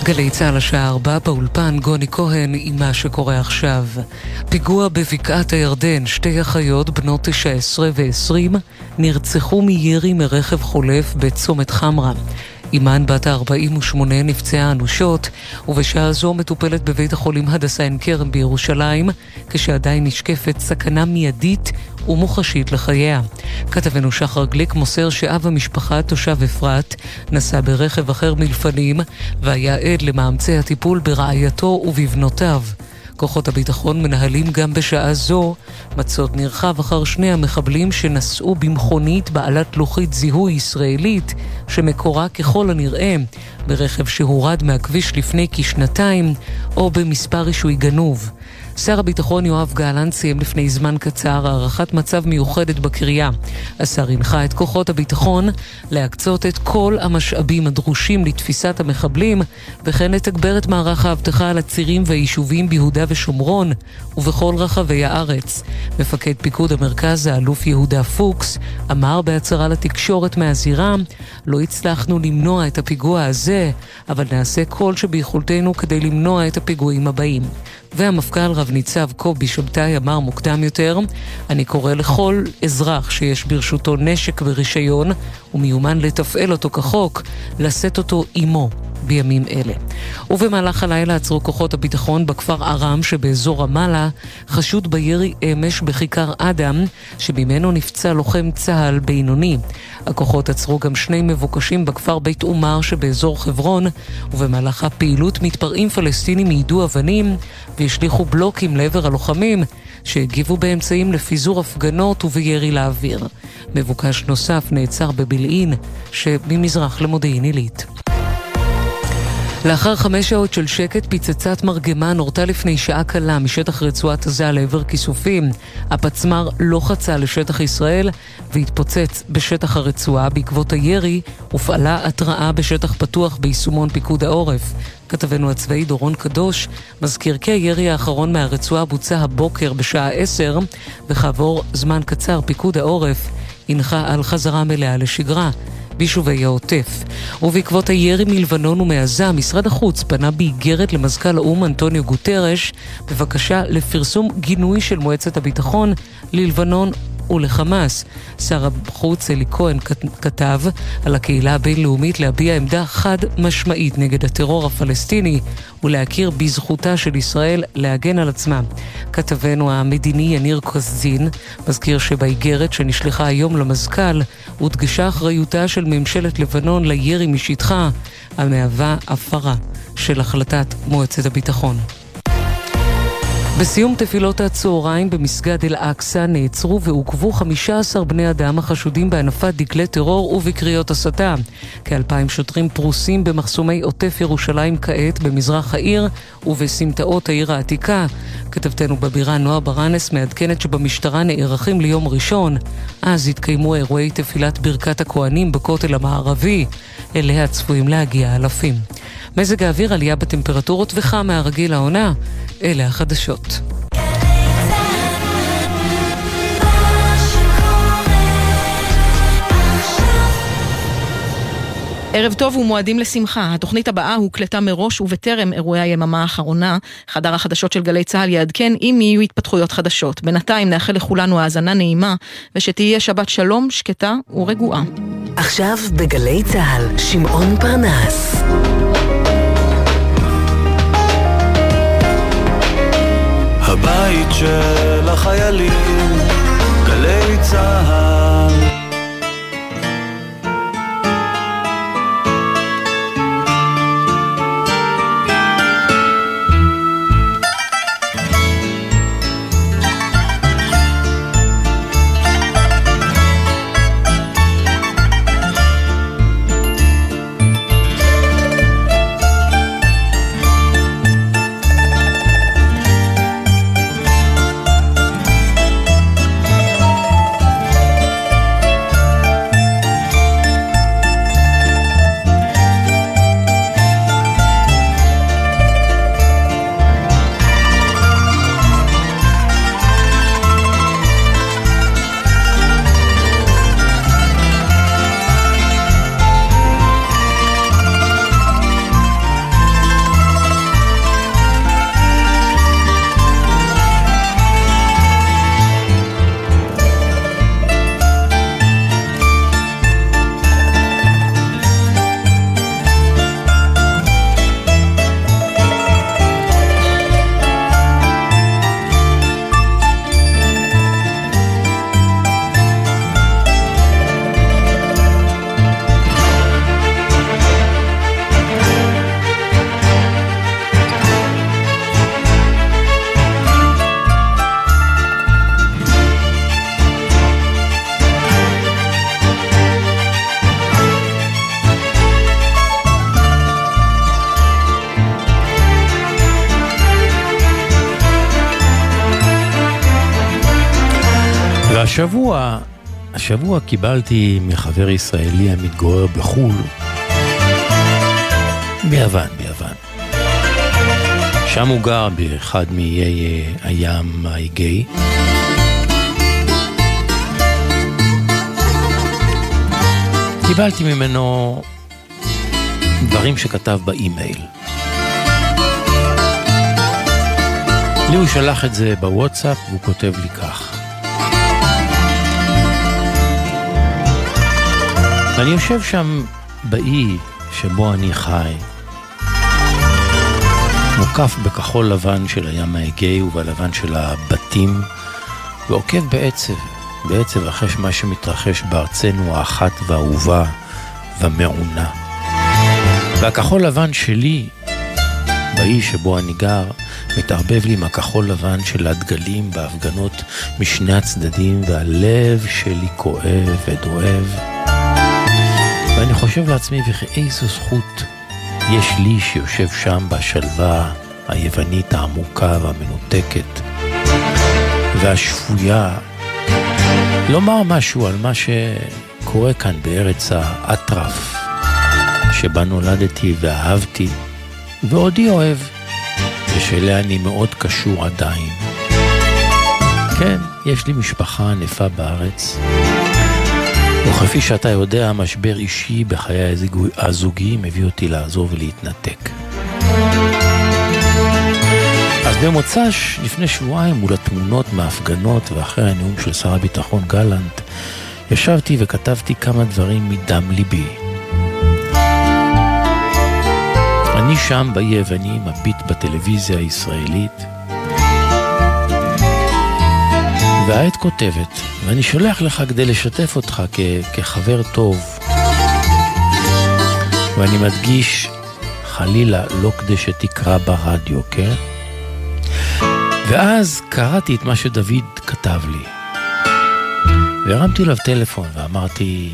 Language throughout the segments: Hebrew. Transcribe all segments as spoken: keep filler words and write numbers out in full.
גלי צהל השעה ארבע באולפן, גוני כהן עם מה שקורה עכשיו. פיגוע בבקעת הירדן, שתי אחיות בנות תשע עשרה ועשרים נרצחו מירי מרכב חולף בצומת חמרה. אימן בת ה-ארבעים ושמונה נפצעה אנושות, ובשעה זו מטופלת בבית החולים הדסה עין כרם בירושלים, כשעדיין נשקפת סכנה מיידית ומוחשית לחייה. כתבנו שחר גליק מוסר שאב המשפחה, תושב אפרת, נסע ברכב אחר מלפנים, והיה עד למאמצי הטיפול ברעייתו ובבנותיו. כוחות הביטחון מנהלים גם בשעה זו מצוד נרחב אחר שני המחבלים שנסעו במכונית בעלת לוחית זיהוי ישראלית שמקורה ככל הנראה ברכב שהורד מהכביש לפני כשנתיים או במספר רישוי גנוב. שר הביטחון יואב גלנט סיים לפני זמן קצר הערכת מצב מיוחדת בקריה. השר הנחה את כוחות הביטחון להקצות את כל המשאבים הדרושים לתפיסת המחבלים, וכן לתגבר את מערך האבטחה על הצירים והיישובים ביהודה ושומרון ובכל רחבי הארץ. מפקד פיקוד המרכז, האלוף יהודה פוקס, אמר בהצהרה לתקשורת מהזירה: לא הצלחנו למנוע את הפיגוע הזה, אבל נעשה כל שביכולתנו כדי למנוע את הפיגועים הבאים. והמפכ"ל רב ניצב קובי שבתאי אמר מוקדם יותר: אני קורא לכל אזרח שיש ברשותו נשק ורישיון ומיומן לתפעל אותו כחוק, לשאת אותו עמו בימים אלה. ובמהלך הלילה עצרו כוחות הביטחון בכפר ארם שבאזור רמאללה חשוד בירי אמש בכיכר אדם, שממנו נפצע לוחם צהל בינוני. הכוחות עצרו גם שני מבוקשים בכפר בית עומר שבאזור חברון, ובמהלך הפעילות מתפרעים פלסטינים יידו אבנים והשליחו בלוקים לעבר הלוחמים שהגיבו באמצעים לפיזור הפגנות ובירי לאוויר. מבוקש נוסף נעצר בבלעין שבמזרח למודיעין עילית. לאחר חמש שעות של שקט, פיצצת מרגמה נורתה לפני שעה קלה משטח רצועת עזה לעבר כיסופים. הפצמ"ר לא חצה לשטח ישראל והתפוצץ בשטח הרצועה. בעקבות הירי הופעלה התראה בשטח פתוח ביישומון פיקוד העורף. כתבנו הצבאי דורון קדוש מזכיר כי הירי האחרון מהרצועה בוצע הבוקר בשעה עשר, וכעבור זמן קצר פיקוד העורף הנחה על חזרה מלאה לשגרה ביישובי העוטף. ובעקבות הירי מלבנון ומעזה, משרד החוץ פנה באיגרת למזכ"ל האו"ם אנטוניו גוטרש בבקשה לפרסום גינוי של מועצת הביטחון ללבנון ולחמאס. שר החוץ אלי כהן כתב על הקהילה הבינלאומית להביע עמדה חד משמעית נגד הטרור הפלסטיני ולהכיר בזכותה של ישראל להגן על עצמה. כתבנו המדיני יניר קוזין מזכיר שבאיגרת שנשלחה היום למזכ"ל הודגשה אחריותה של ממשלת לבנון לירי משטחה, המהווה הפרה של החלטת מועצת הביטחון. בסיום תפילות הצהריים במסגד אל-אקצא נעצרו ועוכבו חמישה עשר בני אדם החשודים בהנפת דגלי טרור ובקריאות הסתה. כאלפיים שוטרים פרוסים במחסומי עוטף ירושלים כעת במזרח העיר ובסמטאות העיר העתיקה. כתבתנו בבירה נועה ברנס מעדכנת שבמשטרה נערכים ליום ראשון. אז התקיימו אירועי תפילת ברכת הכהנים בכותל המערבי. אליה צפויים להגיע אלפים. מזג האוויר, עלייה בטמפרטורות וחם מהרגיל העונה. אלה החדשות. ערב טוב ומועדים לשמחה. התוכנית הבאה הוקלטה מראש ובטרם אירועי היממה האחרונה. חדר החדשות של גלי צהל יעדכן אם יהיו התפתחויות חדשות. בינתיים נאחל לכולנו האזנה נעימה ושתהיה שבת שלום, שקטה ורגועה. עכשיו בגלי צהל, שמעון פרנס. הבית של החיילים, גלי צהל. השבוע, השבוע קיבלתי מחבר ישראלי המתגורר בחול, ביוון, ביוון. שם הוא גר באחד מאיי הים האגאי. קיבלתי ממנו דברים שכתב באימייל. לי הוא שלח את זה בוואטסאפ והוא כותב לי כך: אני יושב שם באי שבו אני חי, מוקף בכחול לבן של הים האגאי ובלבן של הבתים, ועוקב בעצב, בעצב אחרי מה שמתרחש בארצנו האחת והאהובה והמעונה. והכחול לבן שלי, באי שבו אני גר, מתערבב לי עם הכחול לבן של הדגלים בהפגנות משני הצדדים, והלב שלי כואב ודואב. ואני חושב לעצמי, ואיזו זכות יש לי שיושב שם בשלווה היוונית העמוקה והמנותקת והשפויה, לומר משהו על מה שקורה כאן בארץ האטרף שבה נולדתי ואהבתי ועודי אוהב, ושאליה אני מאוד קשור עדיין. כן, יש לי משפחה ענפה בארץ, וכפי שאתה יודע, המשבר אישי בחיי הזוגי מביא אותי לעזוב ולהתנתק. אז במוצ"ש לפני שבועיים מול התמונות מההפגנות ואחרי הנאום של שר הביטחון גלנט, ישבתי וכתבתי כמה דברים מדם ליבי. אני שם ביווני מביט בטלוויזיה הישראלית, והעת כותבת, ואני שולח לך כדי לשתף אותך כ- כחבר טוב, ואני מדגיש חלילה לא כדי שתקרא ברדיו, כן? ואז קראתי את מה שדוד כתב לי, והרמתי אליו טלפון ואמרתי,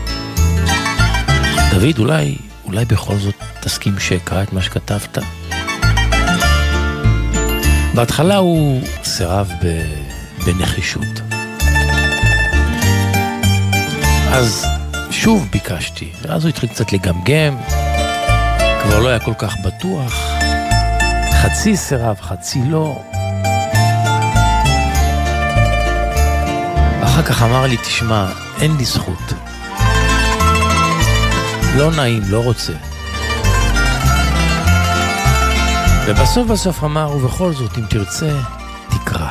דוד, אולי, אולי בכל זאת תסכים שאקרא את מה שכתבת? בהתחלה הוא סירב ב... בנחישות. אז שוב ביקשתי, ואז הוא התחיל קצת לגמגם, כבר לא היה כל כך בטוח, חצי סירב, חצי לא. אחר כך אמר לי, תשמע, אין לי זכות. לא נעים, לא רוצה. ובסוף בסוף אמר, ובכל זאת, אם תרצה, תקרא.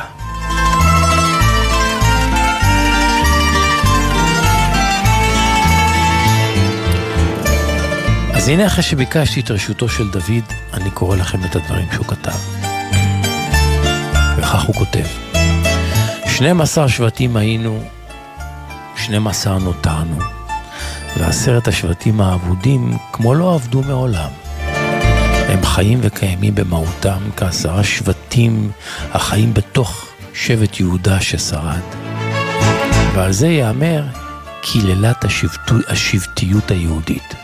אז הנה, אחרי שביקשתי את רשותו של דוד, אני קורא לכם את הדברים שהוא כתב. וכך הוא כותב: שנים עשר שבטים היינו, שנים עשר נותרנו, ועשרת השבטים האבודים כמו לא עבדו מעולם. הם חיים וקיימים במהותם כעשרה שבטים החיים בתוך שבט יהודה ששרד. ועל זה יאמר קללת השבטיות היהודית.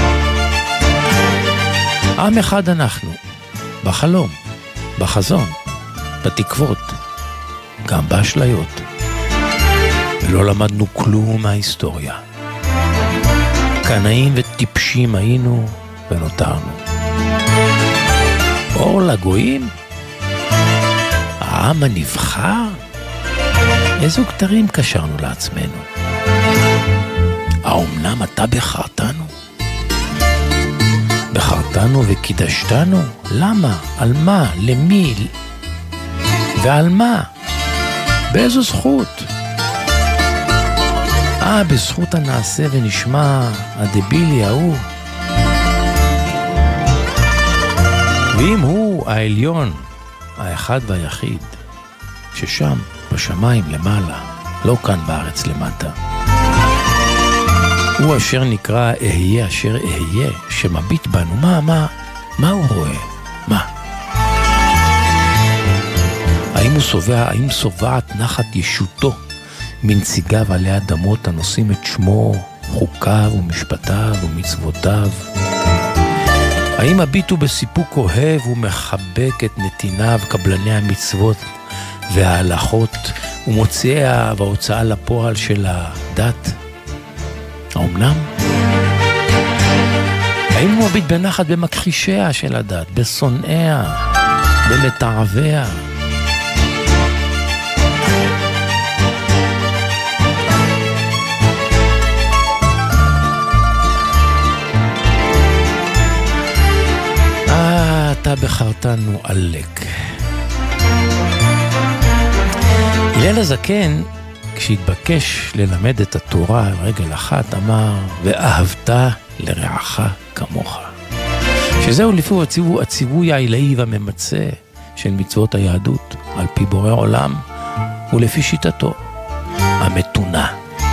עם אחד אנחנו, בחלום, בחזון, בתקוות, גם באשליות. ולא למדנו כלום מההיסטוריה. קנאים וטיפשים היינו ונותרנו. אור לגויים? העם הנבחר? איזו כתרים קשרנו לעצמנו? האומנם אתה בחרתנו? בחרתנו וקידשתנו? למה? על מה? למי? ועל מה? באיזו זכות? אה, בזכות הנעשה ונשמע הדבילי ההוא. ואם הוא העליון, האחד והיחיד, ששם בשמיים למעלה, לא כאן בארץ למטה, הוא אשר נקרא אהיה אשר אהיה, שמביט בנו, מה, מה, מה הוא רואה? מה? האם הוא סובע, האם סובעת נחת ישותו מנציגיו עלי אדמות הנושאים את שמו, חוקיו ומשפטיו ומצוותיו? האם הביטו בסיפוק אוהב ומחבק את נתיניו, קבלני המצוות וההלכות, ומוציאה וההוצאה לפועל של הדת. האומנם? האם הוא מביט בנחת במכחישיה של הדת, בשונאיה, במתעביה? אה, אתה בחרתנו עלק. הלל הזקן, כשהתבקש ללמד את התורה על רגל אחת, אמר, ואהבת לרעך כמוך. שזהו לפי הציווי, הציווי העילאי והממצא של מצוות היהדות, על פי בורא עולם, ולפי שיטתו, המתונה.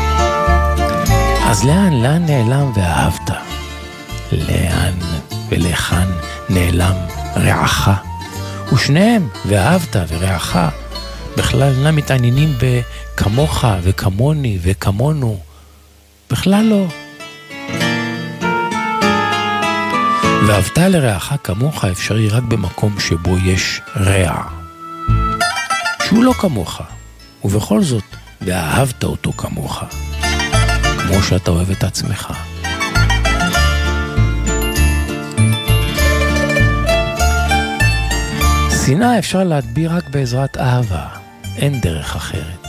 אז לאן, לאן נעלם ואהבת? לאן ולכאן נעלם רעך? ושניהם, ואהבת ורעך, בכלל אינם מתעניינים בכמוך וכמוני וכמונו. בכלל לא. ואהבת לרעך כמוך אפשרי רק במקום שבו יש רע, שהוא לא כמוך, ובכל זאת, ואהבת אותו כמוך, כמו שאתה אוהב את עצמך. שנאה אפשר להדביר רק בעזרת אהבה, אין דרך אחרת.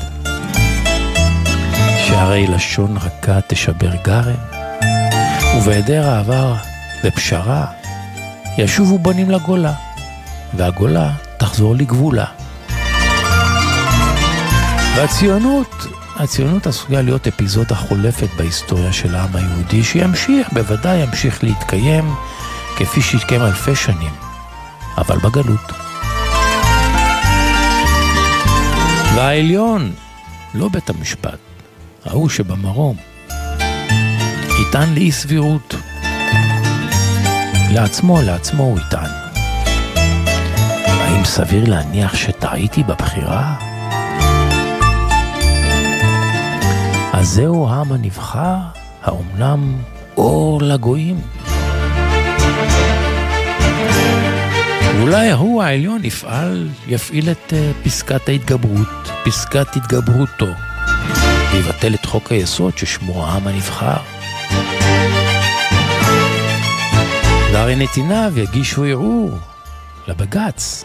שהרי לשון רכה תשבר גרם, ובהיעדר אהבה ופשרה ישובו בנים לגולה, והגולה תחזור לגבולה. והציונות, הציונות עשויה להיות אפיזודה חולפת בהיסטוריה של העם היהודי, שימשיך, בוודאי ימשיך להתקיים כפי שהתקיים אלפי שנים, אבל בגלות. והעליון, לא בית המשפט, ראו שבמרום, יטען לאי סבירות. לעצמו, לעצמו הוא יטען. האם סביר להניח שטעיתי בבחירה? אז זהו העם הנבחר, האומנם אור לגויים. ואולי הוא העליון יפעל, יפעיל את פסקת ההתגברות, פסקת התגברותו, ויבטל את חוק היסוד ששמו העם הנבחר. והרי נתיניו יגישו ערעור לבג"ץ.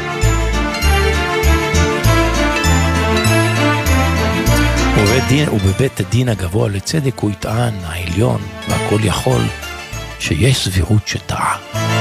ובבית הדין הגבוה לצדק הוא יטען, העליון והכל יכול, שיש סבירות שטעה.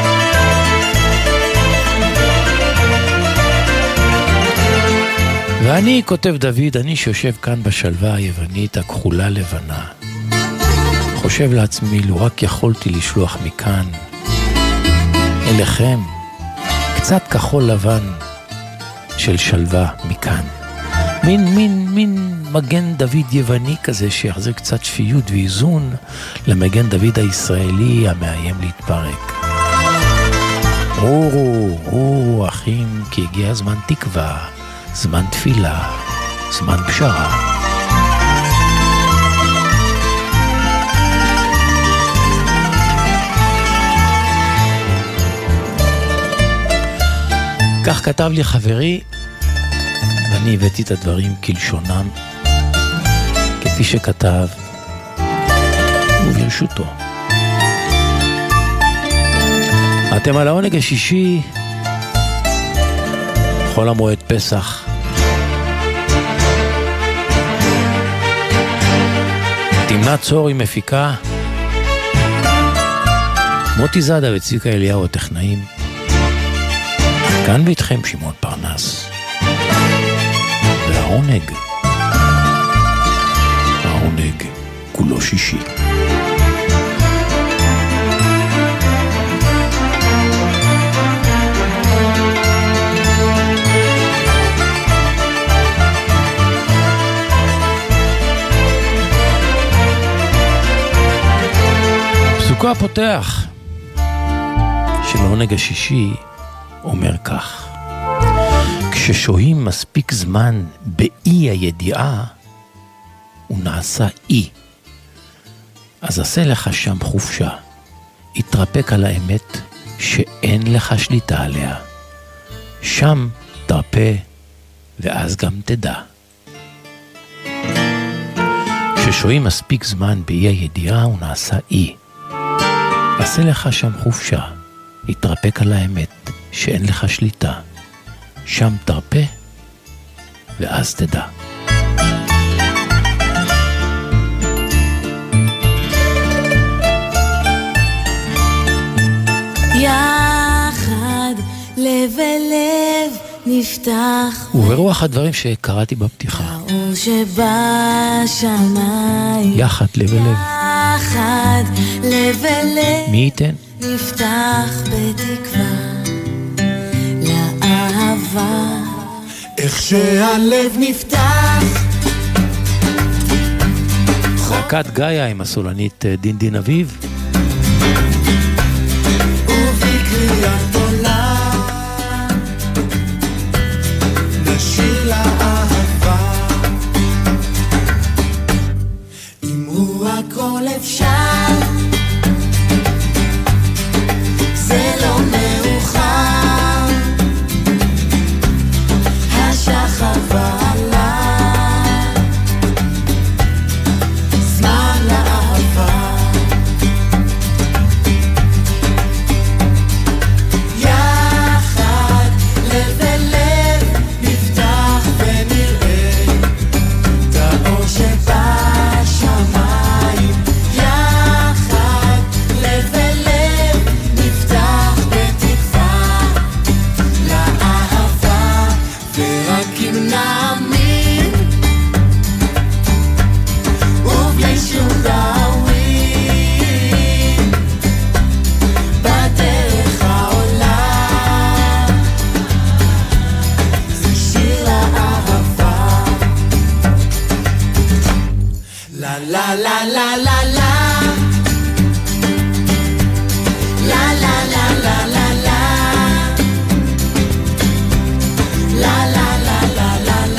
ואני, כותב דוד, אני שיושב כאן בשלווה היוונית הכחולה לבנה, חושב לעצמי, לו רק יכולתי לשלוח מכאן אליכם קצת כחול לבן של שלווה מכאן. מין, מין, מין מגן דוד יווני כזה שיחזיר קצת שפיות ואיזון למגן דוד הישראלי המאיים להתפרק. רורו, רורו אחים, כי הגיע זמן תקווה, זמן תפילה, זמן פשרה. כך כתב לי חברי, ואני הבאתי את הדברים כלשונם, כפי שכתב, וברשותו. אתם על העונג השישי, חול המועד פסח. תמנה צור היא מפיקה, מוטי זאדה וצביקה אליהו הטכנאים. כאן ואיתכם שמעון פרנס. והעונג, העונג כולו שישי. פסוקו הפותח של העונג השישי אומר כך: כששוהים מספיק זמן באי הידיעה, הוא נעשה אי. אז עשה לך שם חופשה, התרפק על האמת שאין לך שליטה עליה. שם תרפה ואז גם תדע. כששוהים מספיק זמן באי הידיעה הוא נעשה אי. עשה לך שם חופשה, התרפק על האמת שאין לך שליטה. שם תרפה ואז תדע. יחד לב אל לב נפתח, וברוח הדברים שקראתי בפתיחה, האור שבשמיים, יחד לב אל לב, יחד לב אל לב מי ייתן נפתח בתקווה לאהבה. איך שהלב נפתח. להקת גאיה עם הסולנית דין דין אביב, ובקריאת עולה נשיר לאהבה. אמרו הכל אפשר, זה לא מאוחר, השחר ועלה, זמן לאהבה. יחד לב אל לב נפתח ונראה את האור שבשמיים. יחד לב אל לב נפתח בתקווה לאהבה, ורק אם נאמין ובלי שום דאווין בדרך העולה, זה שיר לאהבה. לה לה לה לה לה לה לה לה לה לה לה לה לה לה לה לה לה לה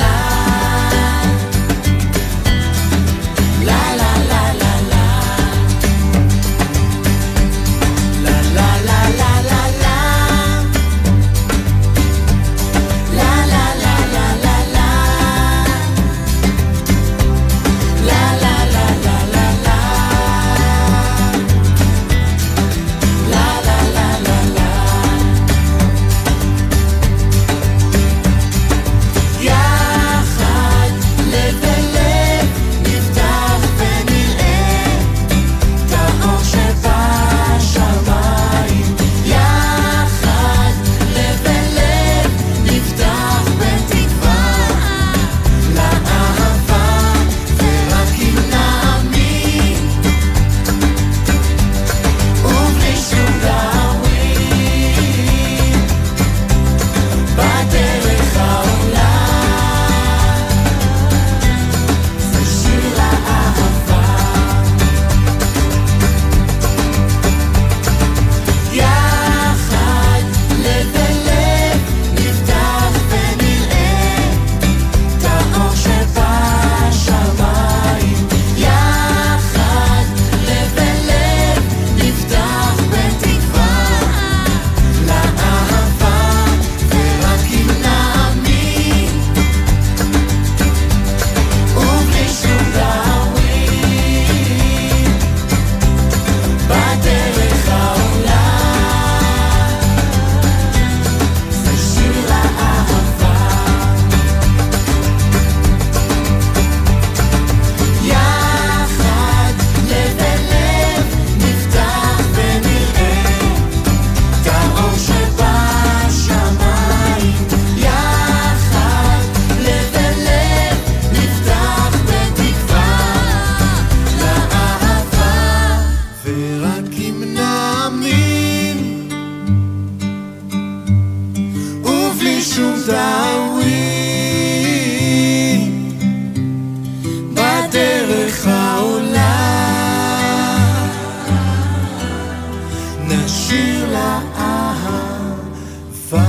יחד לב אל לב נפתח ונראה את האור שבשמיים. יחד לב אל לב נפתח בתקווה לאהבה, ורק אם נאמין ובלי שום דאווין בדרך העולה, זה שיר לאהבה. יחד לב אל לב נפתח ונראה את האור שבשמיים. יחד לב אל לב נפתח בתקווה לאהבה, ורק אם נאמין ובלי שום דאווין בדרך העולה, זה שיר לאהבה. יחד לב אל לב נפתח ונראה את האור שבשמיים. יחד לב אל לב נפתח בתקווה לאהבה, ורק אם נאמין ובלי שום דאווין בדרך העולה, נשיר לאהבה.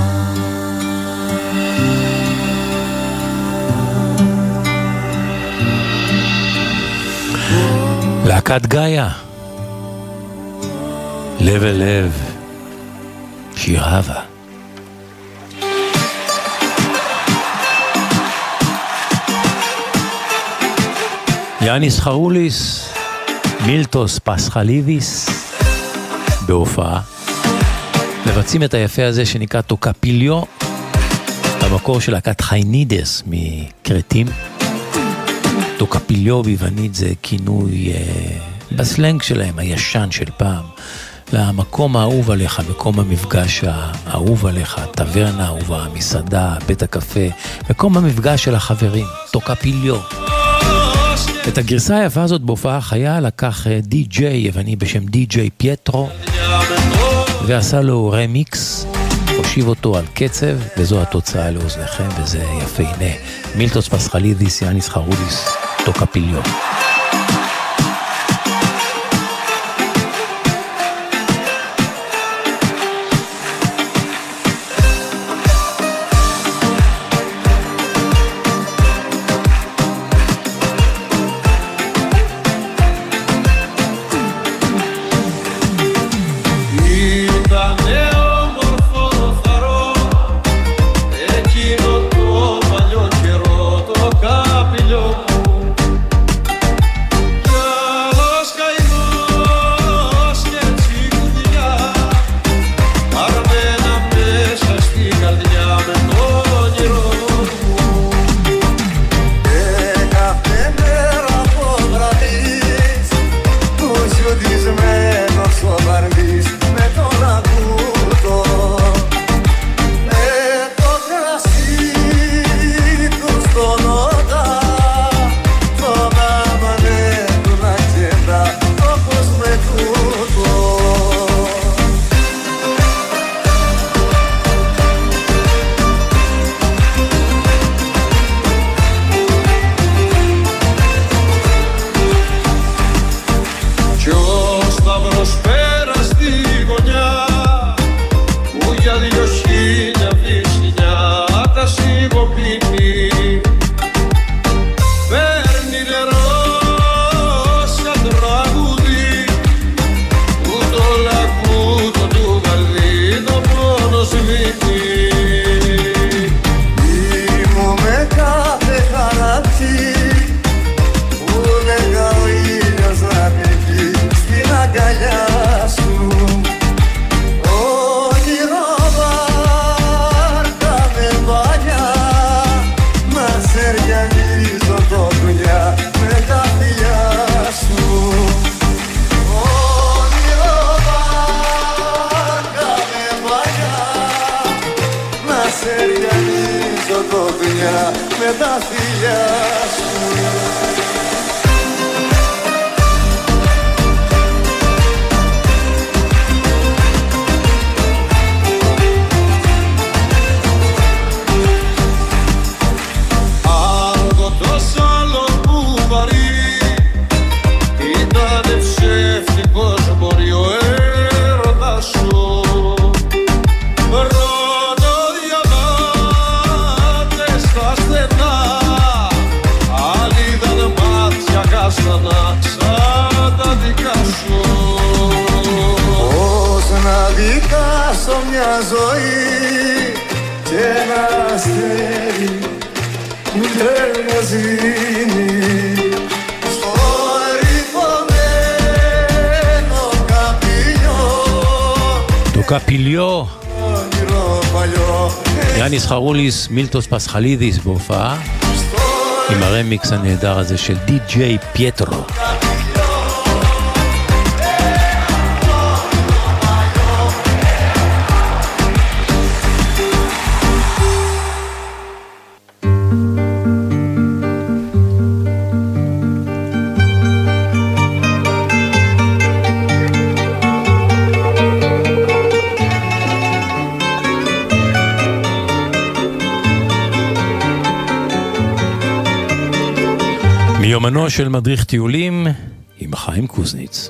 להקת גאיה, לב אל לב, שיר אהבה. יאניס חרוליס, מילטוס פסחלידיס, בהופעה. מבצעים את היפה הזה שנקרא טוקפיליו, במקור של להקת חיינידס מקרטים. טוקפיליו ביוונית זה כינוי אה, בסלנג שלהם, הישן של פעם, למקום האהוב עליך, מקום המפגש האהוב עליך, טברנה האהובה, מסעדה, בית הקפה, מקום המפגש של החברים, טוקפיליו. את הגרסה היפה הזאת בהופעה חיה לקח די-ג'יי יווני בשם די-ג'יי פייטרו, ועשה לו רמיקס, הושיב אותו על קצב, וזו התוצאה לאוזניכם, וזה יפה. הנה, מילטוס פסחלידיס, יאניס חרוליס, טוקפיליו. טוקפיליו, יאניס חרוליס, מילטוס פסחלידיס בהופעה עם הרמיקס הנהדר הזה של די-ג'יי פייטרו. מיומנו של מדריך טיולים עם חיים קוזניץ.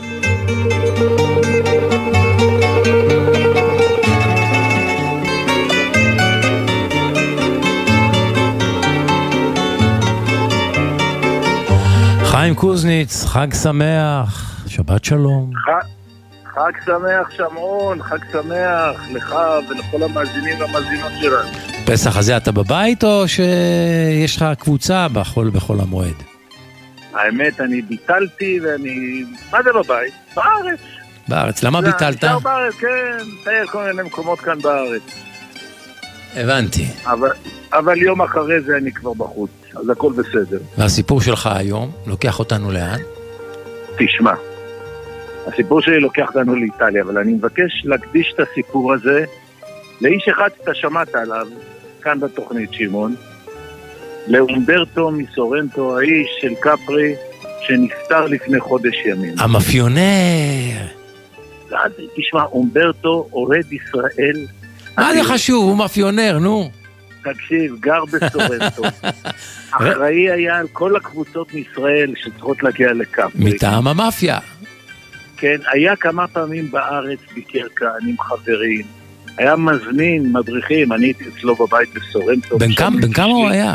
חיים קוזניץ, חג שמח, שבת שלום. חג שמח שמעון, חג שמח לך ולכל המאזינים והמאזינות שלנו. פסח הזה אתה בבית או שיש לך קבוצה בחול בחול המועד? האמת, אני ביטלתי ואני... מה זה בבית? בארץ. בארץ, למה ביטלת? נשאר בארץ, כן, תאר כל מיני מקומות כאן בארץ. הבנתי. אבל, אבל יום אחרי זה אני כבר בחוץ, אז הכל בסדר. והסיפור שלך היום לוקח אותנו לאן? תשמע, הסיפור שלי לוקח אותנו לאיטליה, אבל אני מבקש להקדיש את הסיפור הזה לאיש אחד שאתה שמעת עליו, כאן בתוכנית שמעון, לאומברטו מסורנטו, האיש של קפרי, שנפטר לפני חודש ימים. המאפיונר. תשמע, אומברטו, אוהד ישראל. מה זה חשוב? הוא מאפיונר, נו. תקשיב, גר בסורנטו. אחראי היה על כל הקבוצות מישראל שצריכות להגיע לקפרי. מטעם המאפיה. כן, היה כמה פעמים בארץ ביקר כאן עם חברים. היה מזמין, מדריכים, אני הייתי אצלו בבית בסורנטו. בן כמה, בן כמה הוא היה?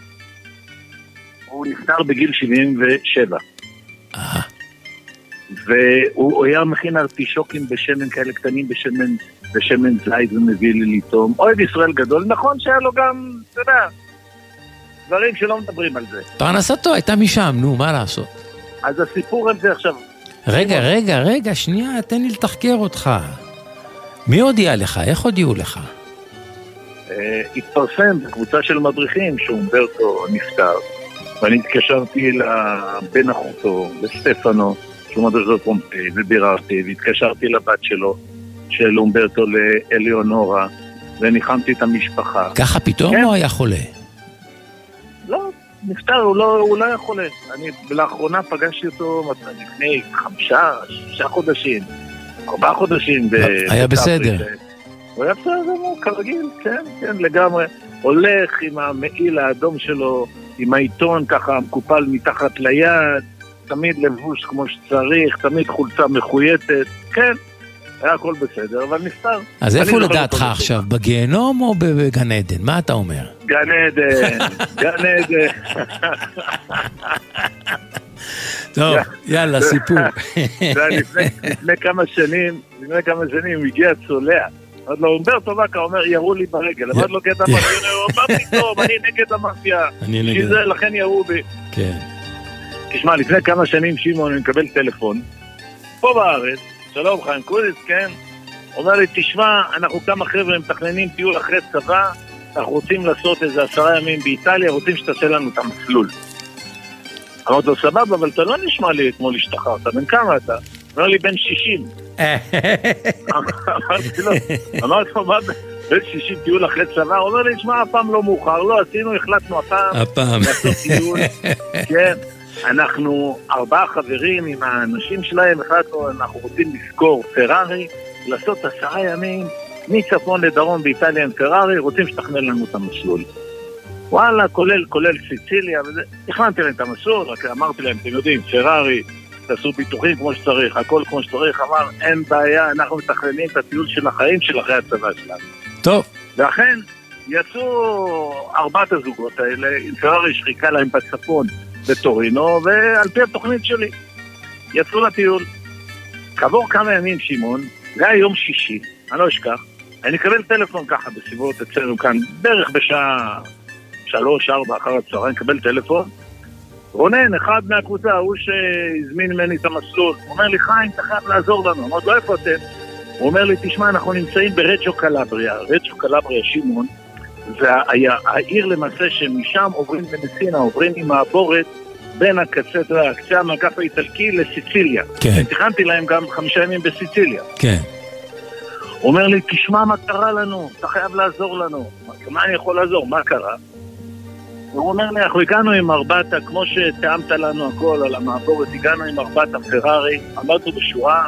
הוא נפטר בגיל שבעים ושבע. אה. והוא היה מכין ארטישוקים בשמן כאלה קטנים, בשמן, בשמן זית ומביא לי לטעום. אוהב ישראל גדול, נכון שהיה לו גם, אתה יודע, דברים שלא מדברים על זה. פרנסתו הייתה משם, נו, מה לעשות? אז הסיפור על זה עכשיו... רגע, רגע, רגע, שנייה, תן לי לתחקר אותך. מי הודיע לך? איך הודיעו לך? התפרסם בקבוצה של מדריכים שאומברטו נפטר, ואני התקשרתי לבן אחותו, לסטפנו, שהוא מדריך בפומפיי, וביררתי, והתקשרתי לבת שלו, של אומברטו לאליונורה, וניחמתי את המשפחה. ככה פתאום הוא היה חולה? לא, נפטר, הוא לא, הוא לא היה חולה. אני לאחרונה פגשתי אותו לפני חמישה, שישה חודשים, ארבעה חודשים. היה בסדר. הוא היה בסדר, כרגיל, כן, כן, לגמרי. הולך עם המעיל האדום שלו, עם העיתון ככה מקופל מתחת ליד, תמיד לבוש כמו שצריך, תמיד חולצה מחויטת, כן, היה הכל בסדר, אבל נפטר. אז איפה לדעתך עכשיו, בגיהנום או בגן עדן? מה אתה אומר? גן עדן, גן עדן. טוב, יאללה, סיפור. לפני כמה שנים, לפני כמה שנים הגיע צולע. עוד לא, אומברטו בקה אומר, ירו לי ברגל. אמרת לו קטע מאפיה, הוא אמר פתאום, אני נגד המאפיה. אני נגד. שזה, לכן ירו בי. כן. תשמע, לפני כמה שנים שמעון, אני מקבל טלפון, פה בארץ, שלום חיים קוליס, כן? אומר לי, תשמע, אנחנו כמה חבר'ה מתכננים טיול אחרי צבא, אנחנו רוצים לעשות איזה עשרה ימים באיטליה, רוצים שתעשה לנו את המסלול. אמרתי לו, סבבה, אבל אתה לא נשמע לי אתמול השתחררת, בן כמה אתה? אומר לי, בן שישים. אמרתי לו, אמרתי לו, מה בן שישים טיול אחרי צבא? הוא אומר לי, תשמע, הפעם לא מאוחר, לא עשינו, החלטנו הפעם. הפעם. לעשות טיול, כן. אנחנו ארבעה חברים עם האנשים שלהם, החלטנו, אנחנו רוצים לזכור פרארי, לעשות עשרה ימים, מצפון לדרום באיטליה עם פרארי, רוצים שתכנן לנו את המסלול. וואלה, כולל, כולל סיציליה, וזה, הכנתי להם את המסלול, רק אמרתי להם, אתם יודעים, פרארי, תעשו ביטוחים כמו שצריך, הכל כמו שצריך, אמר, אין בעיה, אנחנו מתכננים את הטיול של החיים של אחרי הצבא שלנו. טוב. ואכן, יצאו ארבעת הזוגות האלה, עם פרארי שחיכה להם בצפון, בטורינו, ועל פי התוכנית שלי יצאו לטיול. כעבור כמה ימים, שמעון, זה היה יום שישי, אני לא אשכח, אני אקבל טלפון ככה בסביבות אצלנו כאן, בערך בשעה שלוש, ארבע אחר הצהריים, אני אקבל טלפון, רונן, אחד מהקבוצה, הוא שהזמין ממני את המסלול, הוא אומר לי, חיים, אתה חייב לעזור לנו, אמרת, לא איפה אתם? הוא אומר לי, תשמע, אנחנו נמצאים ברצ'ו קלבריה, רצ'ו קלבריה, שמעון, זה העיר למעשה שמשם עוברים במסינה, עוברים עם מעבורת בין הקצה, הקצה המקף האיטלקי לסיציליה. כן. תכנתי להם גם חמישה ימים בסיציליה. כן. הוא אומר לי, תשמע מה קרה לנו, אתה חייב לעזור לנו. מה אני יכול לעזור? מה קרה? הוא אומר לי, אנחנו הגענו עם ארבעת, כמו שטעמת לנו הכל על המעבורת, הגענו עם ארבעת הפרארי, עמדנו בשורה,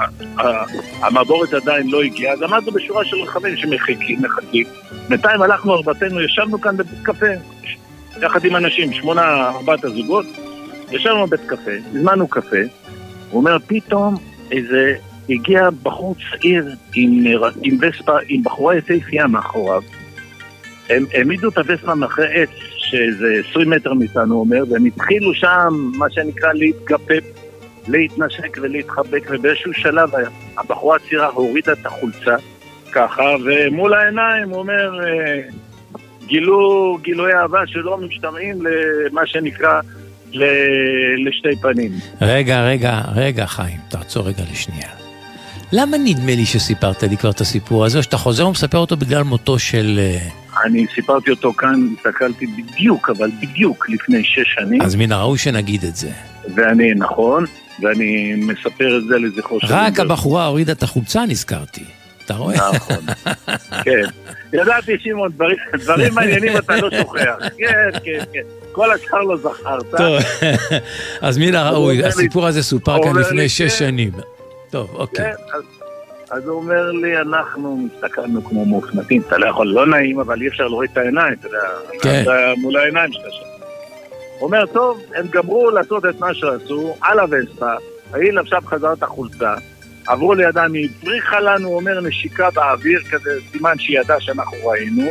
המעבורת עדיין לא הגיעה, אז עמדנו בשורה של רכבים שמחכים, מחכים. בינתיים הלכנו ארבעתנו, ישבנו כאן בבית קפה, יחד עם אנשים, שמונה, ארבעת הזוגות, ישבנו בבית קפה, הזמנו קפה, הוא אומר, פתאום איזה, הגיע בחור צעיר עם, עם וספה, עם בחורה יפהפייה מאחוריו, הם העמידו את הווספה מאחרי עץ, שזה עשרים מטר מאיתנו, הוא אומר, והם התחילו שם, מה שנקרא, להתגפף, להתנשק ולהתחבק, ובאיזשהו שלב הבחורה הצעירה הורידה את החולצה, ככה, ומול העיניים, הוא אומר, גילו, גילוי אהבה שלא משתמעים למה שנקרא לשתי פנים. רגע, רגע, רגע, חיים, תעצור רגע לשנייה. למה נדמה לי שסיפרת לי כבר את הסיפור הזה, או שאתה חוזר ומספר אותו בגלל מותו של... אני סיפרתי אותו כאן, הסתכלתי בדיוק, אבל בדיוק לפני שש שנים. אז מן הראוי שנגיד את זה. ואני, נכון, ואני מספר את זה לזכרו של... רק הבחורה הורידה את החולצה, נזכרתי. אתה רואה? נכון, כן. ידעתי, שמעון, דברים מעניינים אתה לא שוכח. כן, כן, כן. כל השאר לא זכרת. טוב, אז מן הראוי, הסיפור הזה סופר כאן לפני שש שנים. טוב, אוקיי. אז הוא אומר לי, אנחנו מסתכלנו כמו מופנטים, אתה לא יכול, לא נעים, אבל אי אפשר להוריד את העיניים, אתה יודע, אתה מול העיניים שלך שם. הוא אומר, טוב, הם גמרו לעשות את מה שעשו, על הווספה, היא לבשה בחזרת החולצה, עברו לידם, היא הפריחה לנו, הוא אומר, נשיקה באוויר, כזה סימן שהיא ידעה שאנחנו ראינו,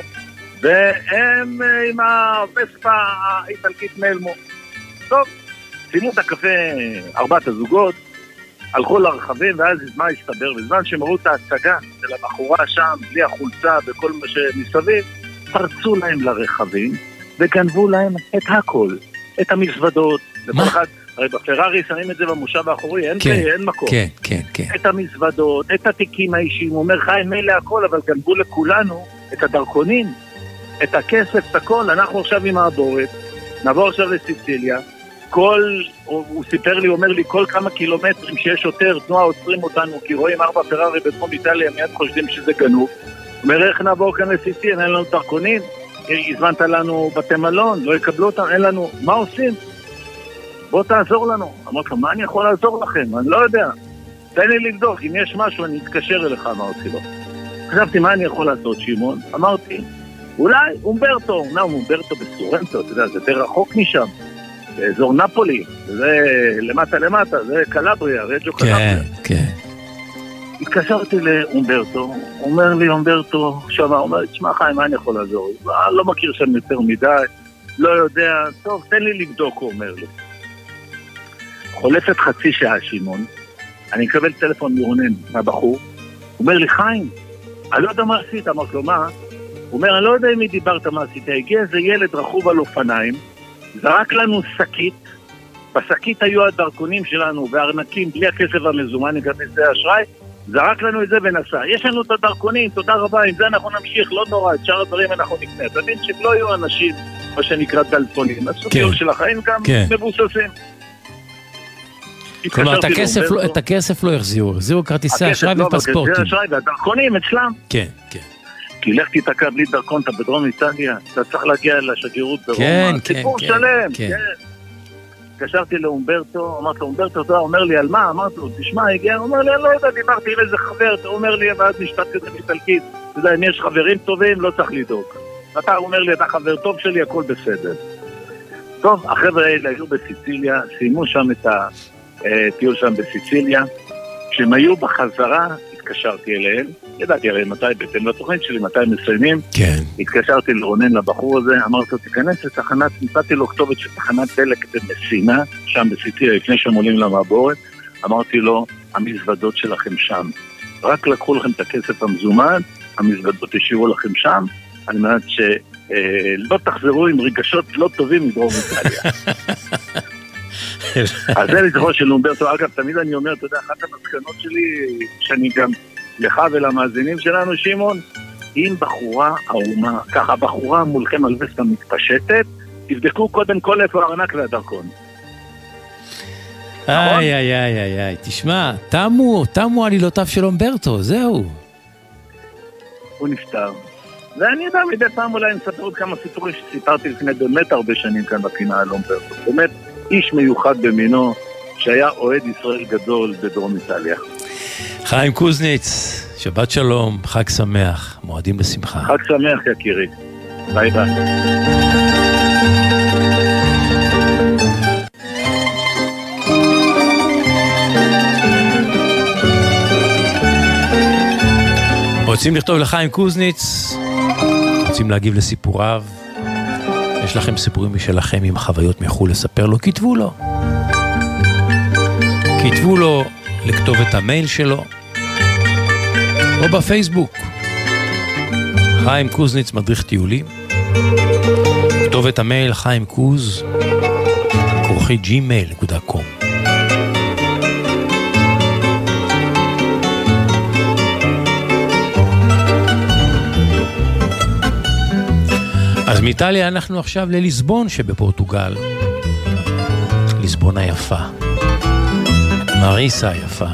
והם עם הווספה האיטלקית נעלמו. טוב, שימו את הקפה, ארבעת הזוגות, הלכו לרחבים, ואז מה הסתבר? בזמן שהם ראו את ההצגה של הבחורה שם, בלי החולצה וכל מה שמסביב, פרצו להם לרחבים, וגנבו להם את הכל, את המזוודות, לכל אחד, הרי בפרארי שמים את זה במושב האחורי, אין, כן, אין מקום. כן, כן, כן. את המזוודות, את התיקים האישיים, הוא אומר, חיים, מילא הכל, אבל גנבו לכולנו את הדרכונים, את הכסף, את הכל, אנחנו עכשיו עם העבורת, נעבור עכשיו לסיציליה, כל, הוא, הוא סיפר לי, הוא אומר לי, כל כמה קילומטרים שיש יותר, תנועה עוצרים אותנו, כי רואים ארבע פרארי בתחום איטליה, מיד חושבים שזה גנוב. הוא אומר, איך נעבור כאן לסיציליה, אין לנו דרכונים, הזמנת לנו בתי מלון, לא יקבלו אותם, אין לנו, מה עושים? בוא תעזור לנו. אמרתי לו, מה אני יכול לעזור לכם? אני לא יודע. תן לי לבדוק, אם יש משהו, אני אתקשר אליך, אמרתי לו. חשבתי, מה אני יכול לעשות, שמעון? אמרתי, אולי אומברטו, נא, אומברטו בסורנטו, אתה יודע, זה די רחוק משם. באזור נפולי, זה למטה למטה, זה קלבריה, רג'ו קלבריה. כן, כן. התקשרתי לאומברטו, הוא אומר לי, אומברטו, שם, הוא אומר לי, תשמע חיים, מה אני יכול לעזור? אני לא מכיר שם יותר מדי, לא יודע, טוב, תן לי לבדוק, הוא אומר לי. חולפת חצי שעה, שמעון, אני מקבל טלפון מרונן מהבחור, הוא אומר לי, חיים, אני לא יודע מה עשית, אמרת לו, מה? הוא אומר, אני לא יודע אם היא דיברת מה עשית, הגיע איזה ילד רכוב על אופניים, זרק לנו שקית, בשקית היו הדרכונים שלנו והארנקים בלי הכסף המזומן לגבי זה אשראי, זרק לנו את זה ונסע. יש לנו את הדרכונים, תודה רבה, עם זה אנחנו נמשיך, לא נורא, את שאר הדברים אנחנו נקנה. אתה מבין שלא יהיו אנשים, מה שנקרא דלפונים, הסוגיון של החיים גם מבוססים. כלומר, את הכסף לא החזירו, החזירו כרטיסי אשראי ופספורטים. הכרטיסי אשראי והדרכונים אצלם. כן, כן. כי לך תתעקע בלי דרכון, אתה בדרום איטליה, אתה צריך להגיע לשגרירות ברומא. כן, כן, סיפור כן, שלם, כן. כן. התקשרתי לאומברטו, אמרתי לו, אומברטו, אתה אומר לי על מה? אמרתי לו, תשמע, הגיע, הוא אומר לי, אני לא יודע, דיברתי עם איזה חבר, הוא אומר לי, ואז משפט כזה באיטלקית, אתה יודע, אם יש חברים טובים, לא צריך לדאוג. אתה אומר לי, אתה חבר טוב שלי, הכל בסדר. טוב, החבר'ה האלה היו בסיציליה, סיימו שם את הטיול שם בסיציליה, כשהם היו בחזרה, התקשרתי אליהם, ידעתי הרי מתי, בהתאם לתוכנית שלי, מתי מסיימים, כן. התקשרתי לרונן לבחור הזה, אמרתי לו, תיכנס לתחנת, נתתי לו כתובת של תחנת דלק במסינה, שם בסיטי, לפני שהם עולים למעבורת, אמרתי לו, המזוודות שלכם שם, רק לקחו לכם את הכסף המזומן, המזוודות השאירו לכם שם, על מנת שלא תחזרו עם רגשות לא טובים מדרום איטליה. אז זה לזכור של אומברטו, אגב, תמיד אני אומר, אתה יודע, אחת המסקנות שלי, שאני גם לך ולמאזינים שלנו, שמעון, אם בחורה האומה, ככה בחורה מולכם על וסטה מתפשטת, תבדקו קודם כל איפה הארנק והדרכון. איי, איי, איי, איי, איי, תשמע, תמו, תמו עלילותיו של אומברטו, זהו. הוא נפטר. ואני יודע, מדי פעם אולי נספר עוד כמה סיפורים שסיפרתי לפני באמת הרבה שנים כאן בפינה על אומברטו. באמת, איש מיוחד במינו, שהיה אוהד ישראל גדול בדרום איטליה. חיים קוזניץ, שבת שלום, חג שמח, מועדים לשמחה. חג שמח, יקירי. ביי ביי. רוצים לכתוב לחיים קוזניץ, רוצים להגיב לסיפוריו, יש לכם סיפורים משלכם עם חוויות מחול לספר לו, כתבו לו. כתבו לו לכתוב את המייל שלו, או בפייסבוק. חיים קוזניץ מדריך טיולים. כתוב את המייל חיים קוז, כרוכית ג'י מייל נקודה קום. אז מאיטליה אנחנו עכשיו לליסבון שבפורטוגל. ליסבון היפה. מריסה היפה.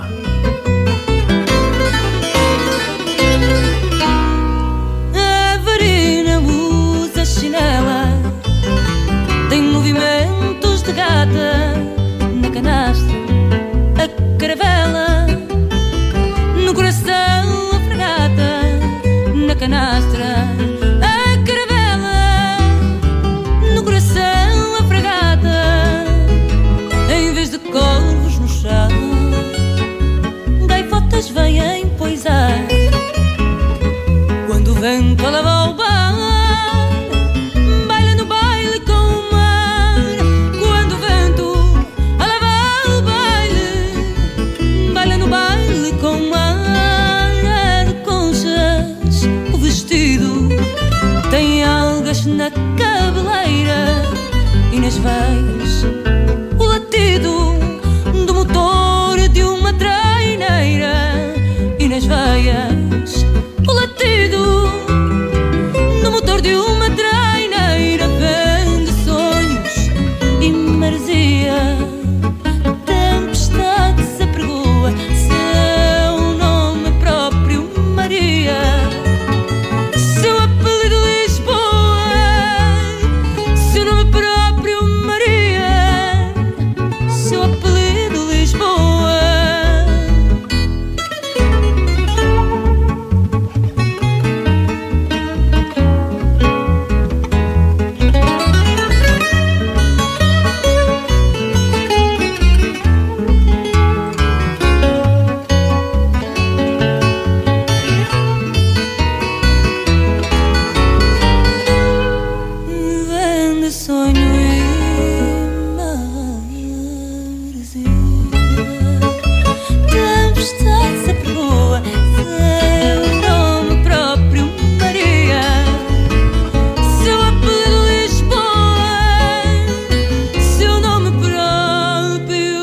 A varina usa chinela, tem movimentos de gata, na canastra a caravela, no coração a fregata, na canastra a caravela, no coração a fregata, em vez de corvos no chão, gaivotas vêm poisar. Quando o vento a leva ao bar, baila no baile com o mar. Quando o vento a leva ao baile, baila no baile com o mar. É de conchas o vestido, tem algas na cabeleira e nas veias o latido do motor de uma traineira. E nas veias o latido do motor de uma traineira. Vende sonhos e maresia, tempestade se apregoa, seu nome próprio Maria, seu apelido Lisboa, seu nome próprio Maria, seu apelido Lisboa. Vende sonho e maresia, tempestade se apregoa, seu nome próprio Maria, seu apelido Lisboa, seu nome próprio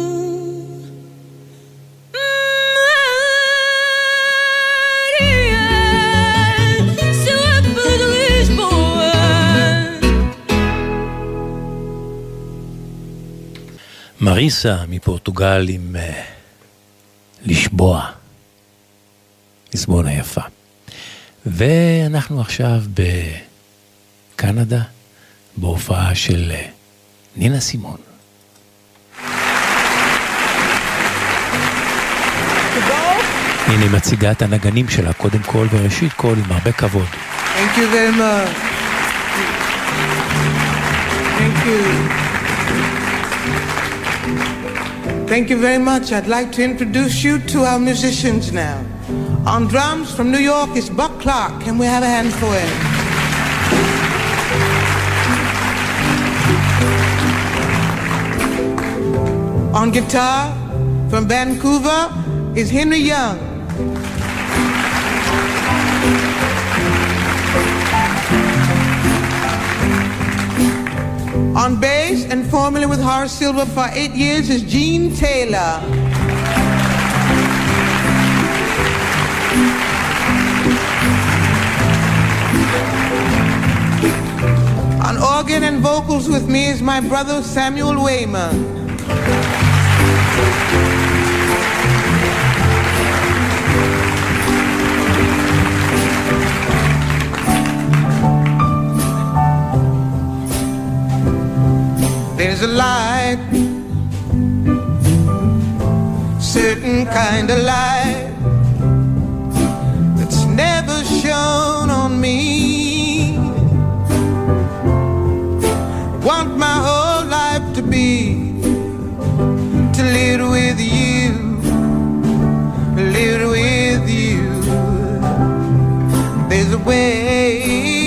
Maria, seu apelido Lisboa. מריסה מפורטוגל עם uh, לשבוע, ליסבון היפה. ואנחנו עכשיו בקנדה, בהופעה של uh, נינה סימון. הנה מציגה את הנגנים שלה קודם כל וראשית כל עם הרבה כבוד. Thank you very much. Thank you. Thank you very much. I'd like to introduce you to our musicians now. On drums from New York is Buck Clark. Can we have a hand for him? On guitar from Vancouver is Henry Young. On bass and formerly with Horace Silver for eight years is Gene Taylor. On organ and vocals with me is my brother Samuel Wayman. There's a light, certain kind of light that's never shone on me. Want my whole life to be to live with you, live with you. There's a way.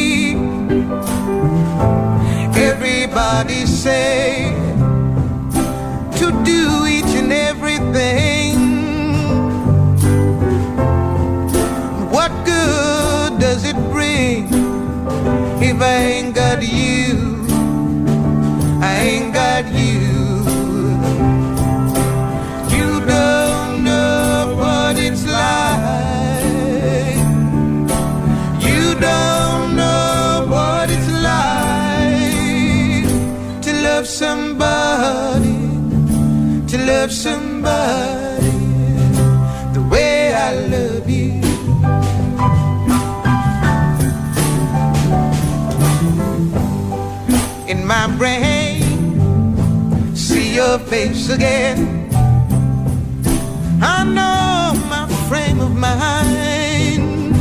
Everybody say to do each and everything. What good does it bring if I ain't got you? I ain't got you. somebody, to love somebody the way I love you. In my brain, see your face again. I know my frame of mind.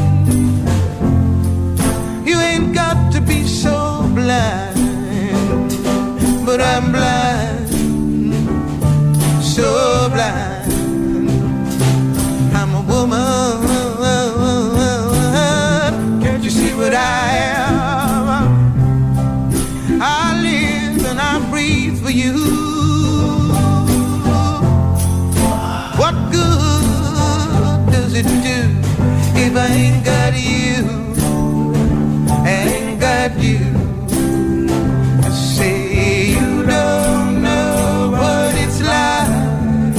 You ain't got to be so blind, but I'm blind, so blind. I'm a woman. Can't you see what I am? I live and I breathe for you. What good does it do if I ain't got you? I ain't got you. I say you don't know what it's like.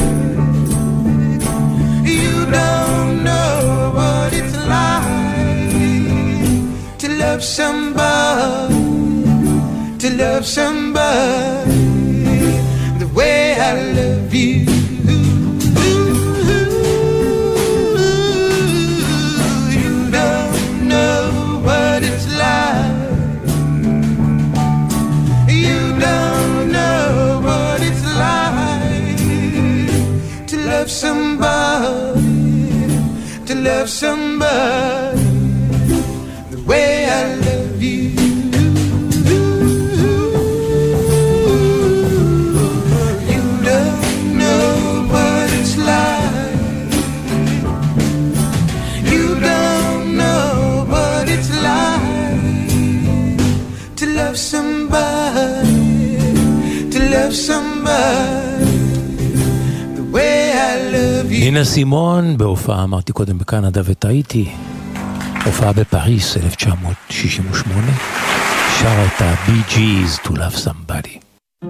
You don't know what it's like to love somebody, to love somebody the way I love you. You don't know what it's like. You don't know what it's like to love somebody, to love somebody the way I love you. Somebody, to love somebody the way I love you. נינה סימון בהופעה, אמרתי קודם בקנדה וטעיתי, הופעה בפריס אלף תשע מאות שישים ושמונה, שרה את ה-Bee Gees to love somebody.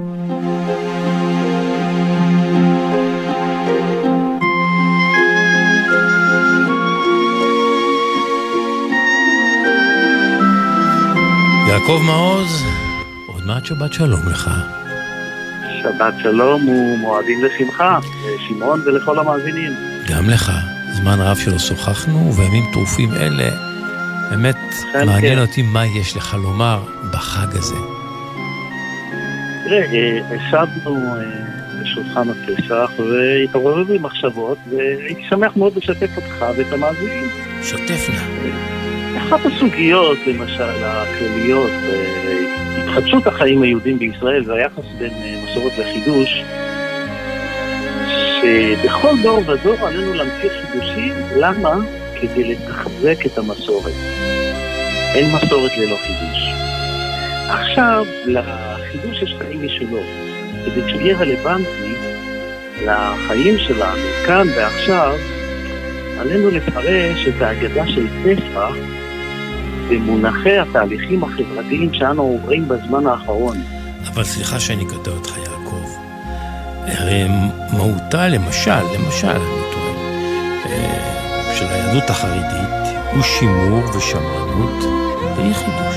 יעקב מעוז, עוד מעט שבת שלום לך. שבת שלום ומועדים לשמחה, לשמעון ולכל המאזינים. גם לך, זמן רב שלא שוחחנו, ובימים טרופים אלה, באמת מעניין כן. אותי מה יש לך לומר בחג הזה. תראה, ישבנו בשולחן הפסח והתעוררנו עם מחשבות, והייתי שמח מאוד לשתף אותך ואת המאזינים. שתפנה. אחת הסוגיות, למשל, הכלליות, התחדשות החיים היהודים בישראל והיחס בין מסורת לחידוש, שבכל דור ודור עלינו להמציא חידושים. למה? כדי לתחזק את המסורת. אין מסורת ללא חידוש. עכשיו, לחידוש יש חיים משלו. כדי שיהיה רלוונטי לחיים שלנו, כאן ועכשיו, עלינו לפרש את ההגדה של פסח במונחי התהליכים החברתיים שאנו עוברים בזמן האחרון. אבל סליחה שאני קטע אותך, יעקב. הרי מהותה למשל, למשל, אני טוען, של היהדות החרדית הוא שימור ושמרנות בלי חידוש.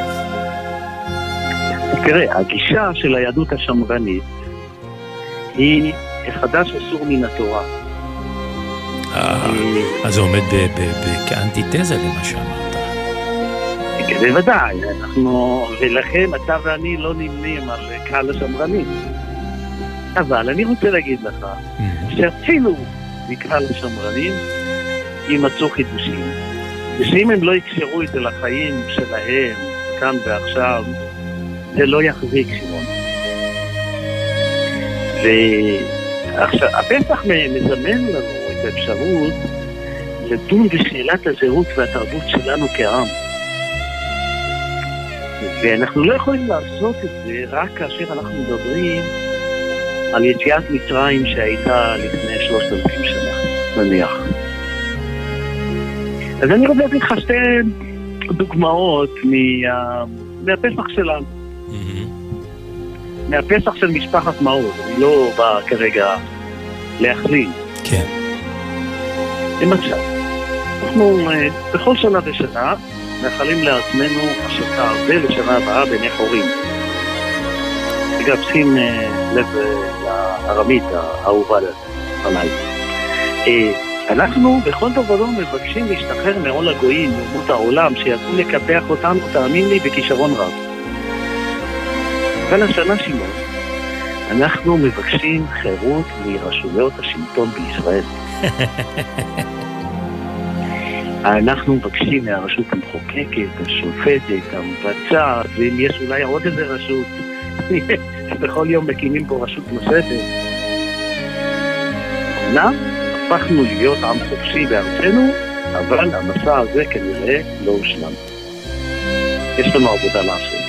תראה, הגישה של היהדות השמרנית היא חדש אסור מן התורה. אז זה עומד כאנטיתזה למה שאמרת. בוודאי, אנחנו, ולכן אתה ואני לא נמנים על קהל השמרנים. אבל אני רוצה להגיד לך, שאפילו מקהל השמרנים יימצאו חידושים, ושאם הם לא יקשרו את החיים שלהם כאן ועכשיו, זה לא יחזיק שמעון. ועכשיו, הפסח מזמן לנו את האפשרות לדון בשאלת הזהות והתרבות שלנו כעם. ואנחנו לא יכולים לעשות את זה רק כאשר אנחנו מדברים על יציאת מצרים שהייתה לפני שלושת אלפים שנה, נניח. אז אני רוצה לתת לך שתי דוגמאות מה... מהפסח שלנו. מהפסח של משפחת מעוז. אני לא בא כרגע להכליל. כן. למשל, אנחנו בכל שנה ושנה מאחלים לעצמנו השקה הרבה לשנה הבאה בימי חורים. אגב, שים לב לארמית האהובה עליי. אנחנו בכל דבר לא מבקשים להשתחרר מעול הגויים, מאומות העולם, שידעו לקפח אותנו, תאמין לי, בכישרון רב. אבל השנה שמעון, אנחנו מבקשים חירות מרשויות השלטון בישראל. אנחנו מבקשים מהרשות המחוקקת, השופטת, המבצעת, ואם יש אולי עוד איזה רשות, בכל יום מקימים פה רשות נוספת. אמנם, הפכנו להיות עם חופשי בארצנו, אבל המסע הזה כנראה לא הושלם. יש לנו עבודה לעשות.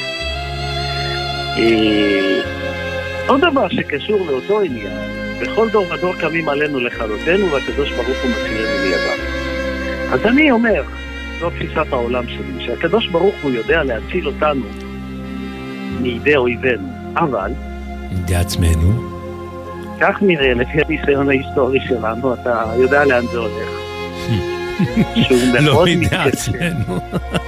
עוד דבר שקשור לאותו עניין, בכל דור ודור קמים עלינו לכלותנו, והקדוש ברוך הוא מצילנו לידם. אז אני אומר, זו תפיסת העולם שלי, שהקדוש ברוך הוא יודע להציל אותנו מידי אויבינו, אבל מידי עצמנו. כך נראה, לפי הניסיון ההיסטורי שלנו, אתה יודע לאן זה הולך. לא מידי עצמנו.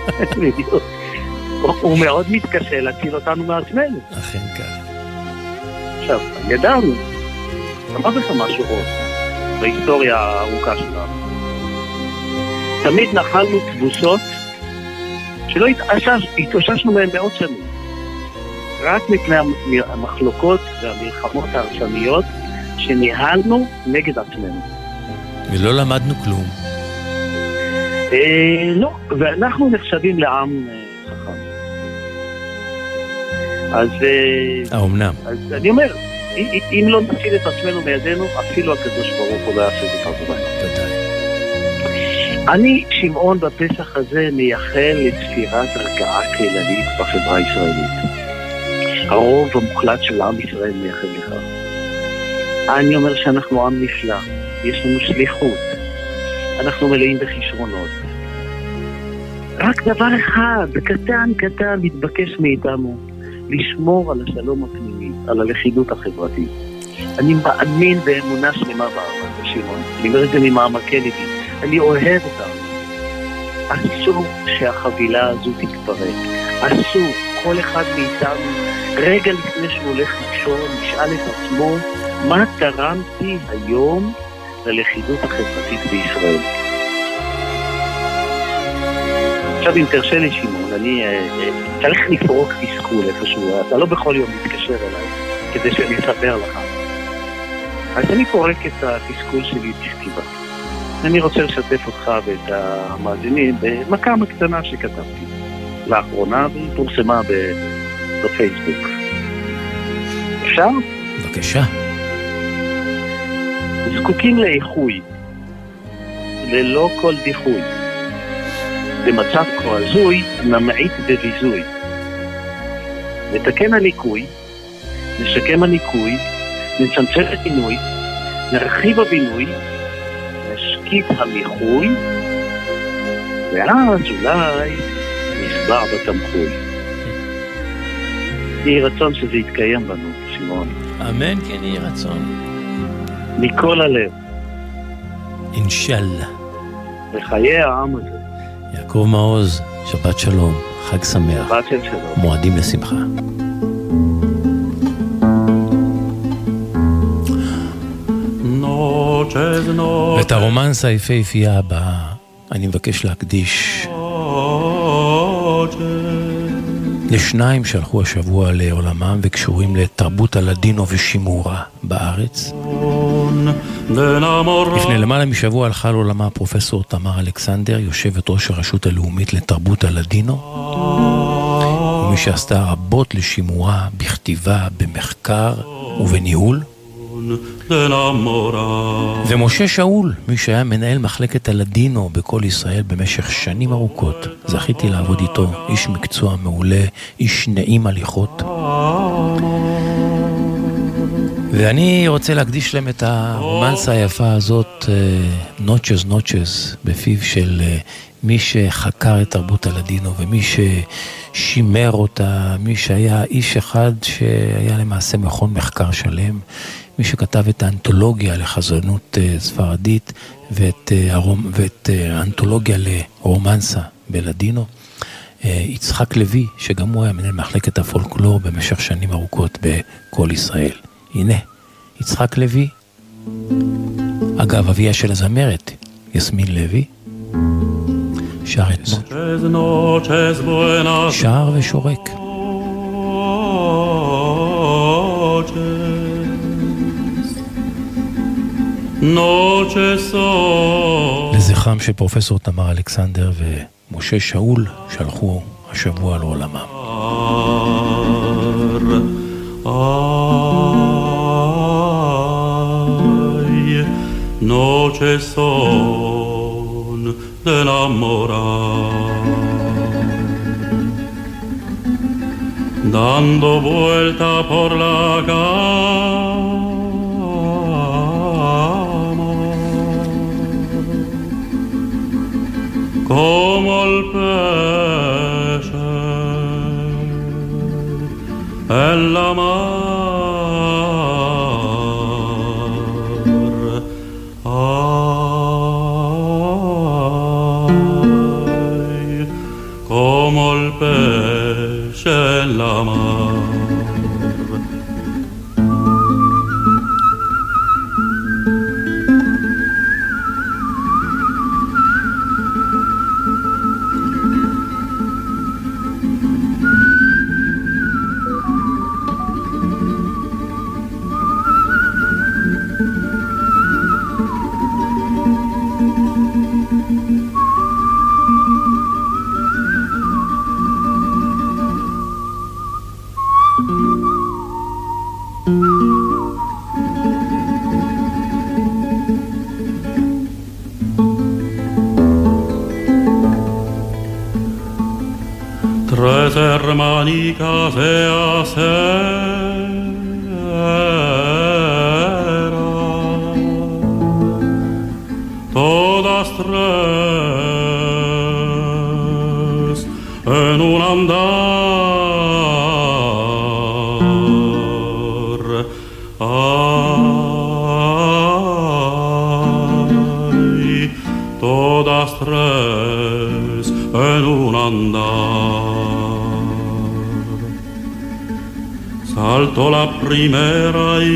הוא מאוד מתקשה להציל אותנו מעצמנו. אכן כך. עכשיו, ידענו, אמר לך משהו עוד, בהיסטוריה הארוכה שלנו. תמיד נחלנו תבוסות שלא התאוששנו מהן מאות שנים. רק מפני המחלוקות והמלחמות ההרסניות שניהלנו נגד עצמנו. ולא למדנו כלום. אה, לא, ואנחנו נחשבים לעם חכם. אז... האומנם. אז אני אומר, אם לא נציל את עצמנו מידינו, אפילו הקדוש ברוך הוא לא יעשה את העבודה. ודאי. אני, שמעון, בפסח הזה מייחל לצפירת הרגעה כללית בחברה הישראלית. הרוב המוחלט של עם ישראל מייחל לך. אני אומר שאנחנו עם נפלא, יש לנו שליחות, אנחנו מלאים בכישרונות. רק דבר אחד, קטן קטן, מתבקש מאיתנו, לשמור על השלום הפנימי, על הלכידות החברתית. אני מאמין באמונה שלמה באהבה, שמעון. אני אומר את זה ממעמקי ליבי. אני אוהב אותם. אסור שהחבילה הזו תתפרק. אסור, כל אחד מאיתנו, רגע לפני שהוא הולך לישון, נשאל את עצמו, מה תרמתי היום ללכידות החברתית בישראל? עכשיו, אם תרשה לי, שמעון, אני צריך לפרוק תסכול איפשהו. אתה לא בכל יום מתקשר אליי כדי שאני אספר לך. אז אני פורק את התסכול שלי בכתיבה. אני רוצה לשתף אותך ואת המאזינים במקאמה קטנה שכתבתי לאחרונה, והיא פורסמה בפייסבוק. אפשר? בבקשה. זקוקים לאיחוי, ללא כל דיחוי. במצב כה הזוי, נמעיט בביזוי. נתקן הליקוי, נשקם הניקוי, נצמצם את עינוי, נרחיב הבינוי, נשקיט המיחוי, ואז אולי נסבע בתמחוי. יהי רצון שזה יתקיים בנו, שמעון. אמן, כן יהי רצון. מכל הלב. אינשאללה. בחיי העם הזה. יעקב מעוז, שבת שלום, חג שמח. שבת של שלום. מועדים לשמחה. ואת הרומנס היפהפייה הבאה אני מבקש להקדיש לשניים שהלכו השבוע לעולמם וקשורים לתרבות הלדינו ושימורה בארץ. לפני למעלה משבוע הלכה לעולמה פרופסור תמר אלכסנדר, יושבת ראש הרשות הלאומית לתרבות הלדינו, ומי שעשתה רבות לשימורה בכתיבה, במחקר ובניהול. ומשה שאול, מי שהיה מנהל מחלקת הלדינו בכל ישראל במשך שנים ארוכות. זכיתי לעבוד איתו, איש מקצוע מעולה, איש נעים הליכות. ואני רוצה להקדיש להם את הרומנסה היפה הזאת, נוצ'ז נוצ'ז, בפיו של מי שחקר את תרבות הלדינו ומי ששימר אותה, מי שהיה איש אחד שהיה למעשה מכון מחקר שלם, מי שכתב את האנתולוגיה לחזונות ספרדית ואת, ואת האנתולוגיה לרומנסה בלדינו. יצחק לוי, שגם הוא היה מנהל מחלקת הפולקלור במשך שנים ארוכות בכל ישראל. הנה, יצחק לוי, אגב, אביה של הזמרת, יסמין לוי, שר את נוט, שר ושורק. לזכרם של פרופסור תמר אלכסנדר ומשה שאול שהלכו השבוע לעולמם. Noche son del enamorar, dando vuelta por la cama, como el peche en la mar. En la mar. Tres hermanicas se acercan, todas tres en un andar. Ay, todas tres en un andar. Saltó la primera y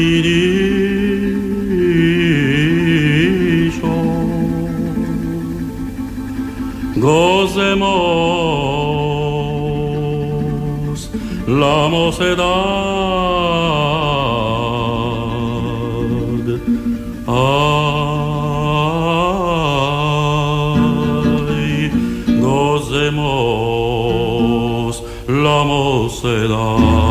dijo: gocemos la mocedad. Ay, gocemos la mocedad.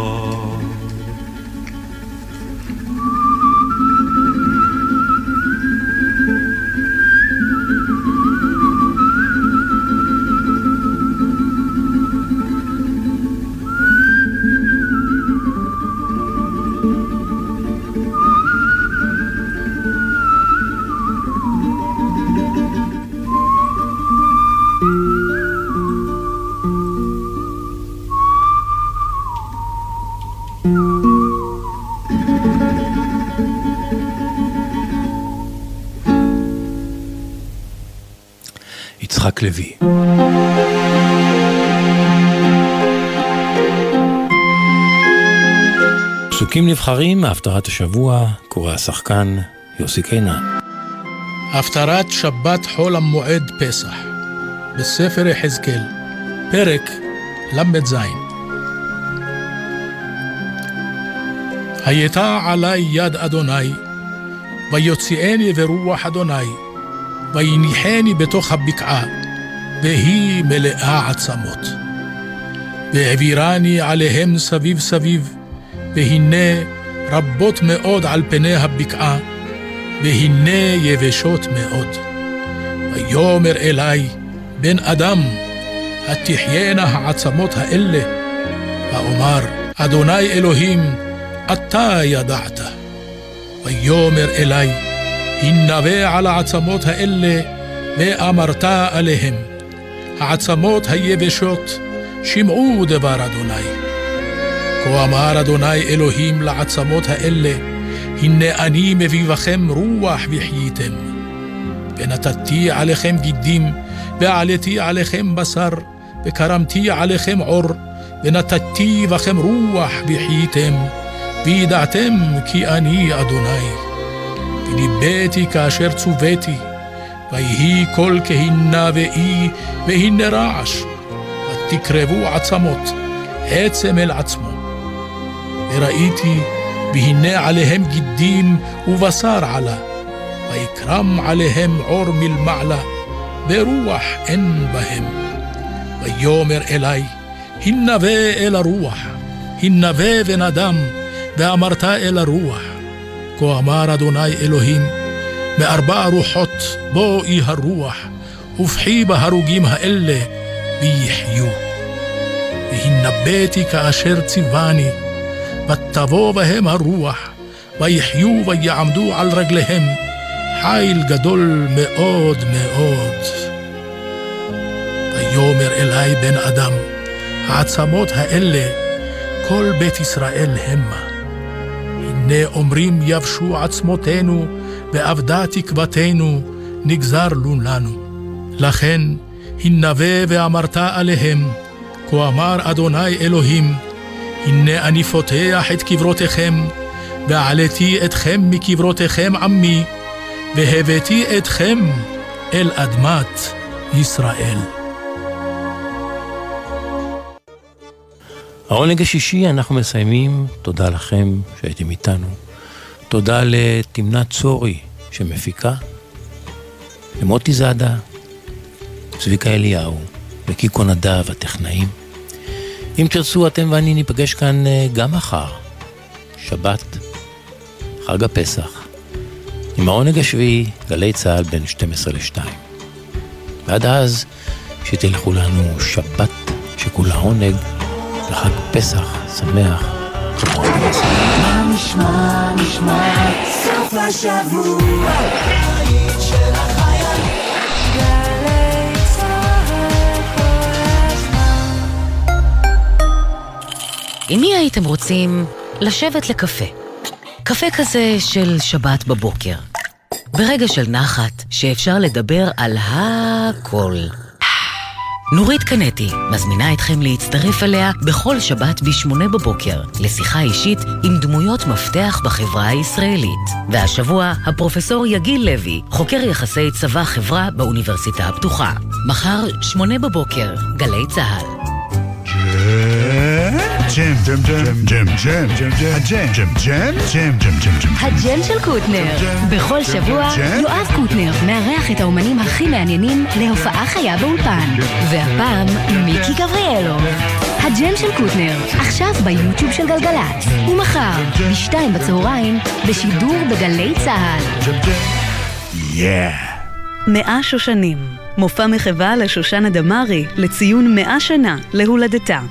יצחק לוי. פסוקים נבחרים מהפטרת השבוע, קורא השחקן יוסי קינן. הפטרת שבת חול המועד פסח, בספר יחזקאל, פרק למד זין. הייתה עלי יד אדוני, ויוציאני ברוח אדוני, ויניחני בתוך הבקעה, והיא מלאה עצמות. והעבירני עליהם סביב סביב, והנה רבות מאוד על פני הבקעה, והנה יבשות מאוד. ויאמר אלי, בן אדם, התחיינה העצמות האלה, ואומר, אדוני אלוהים, אתה ידעת. ויאמר אלי, הנבא על העצמות האלה, ואמרת עליהם, העצמות היבשות, שמעו דבר אדוני. כה אמר אדוני אלוהים לעצמות האלה, הנה אני מביא בכם רוח וחייתם. ונתתי עליכם גידים, ועליתי עליכם בשר, וקרמתי עליכם עור, ונתתי בכם רוח וחייתם, וידעתם כי אני אדוני. וניבאתי כאשר צוויתי, ויהי קול כהנה ואי, והנה רעש, ותקרבו עצמות, עצם אל עצמו. וראיתי, והנה עליהם גידים ובשר עלה, ויקרם עליהם עור מלמעלה, ורוח אין בהם. ויאמר אלי, הנבא אל הרוח, הנבא ונדם, ואמרת אל הרוח. כה אמר אדוני אלוהים, מארבע רוחות בואי הרוח, ובחי בהרוגים האלה ויחיו. והנבאתי כאשר ציווני, ותבוא בהם הרוח, ויחיו ויעמדו על רגליהם, חיל גדול מאוד מאוד. ויאמר אלי בן אדם, העצמות האלה, כל בית ישראל המה. הנה אומרים יבשו עצמותינו, ואבדה תקוותנו, נגזר לנו. לכן הנבא ואמרת עליהם, כה אמר אדוני אלוהים, הנה אני פותח את קברותיכם, ועליתי אתכם מקברותיכם עמי, והבאתי אתכם אל אדמת ישראל. העונג השישי אנחנו מסיימים, תודה לכם שהייתם איתנו. תודה לתמנת צורי שמפיקה, למוטי זאדה, צביקה אליהו, לקיקו נדב הטכנאים. אם תרצו אתם ואני ניפגש כאן גם מחר, שבת, חג הפסח, עם העונג השביעי, גלי צהל בין שתים עשרה לשתיים. ועד אז שתלכו לנו שבת שכולה עונג, וחג פסח שמח. מה נשמע, נשמע, סוף השבוע, הבית של החייל, גלי צהל כל הזמן. עם מי הייתם רוצים לשבת לקפה? קפה כזה של שבת בבוקר. ברגע של נחת שאפשר לדבר על הכל. נורית קנטי מזמינה אתכם להצטרף אליה בכל שבת בשמונה בבוקר לשיחה אישית עם דמויות מפתח בחברה הישראלית. והשבוע הפרופסור יגיל לוי, חוקר יחסי צבא חברה באוניברסיטה הפתוחה. מחר שמונה בבוקר, גלי צהל. ג'ם, ג'ם, ג'ם, ג'ם, ג'ם, ג'ם, ג'ם, ג'ם, ג'ם, ג'ם, ג'ם, ג'ם, ג'ם. הג'ם של קוטנר. בכל שבוע יואב קוטנר מארח את האומנים הכי מעניינים להופעה חיה באולפן. והפעם מיקי גבריאלוב. הג'ם של קוטנר, עכשיו ביוטיוב של גלגלת. ומחר, בשתיים בצהריים, בשידור בגלי צהל. יא! מאה שושנים. מופע מחווה לשושנה דמארי לציון מאה שנה להולדתה.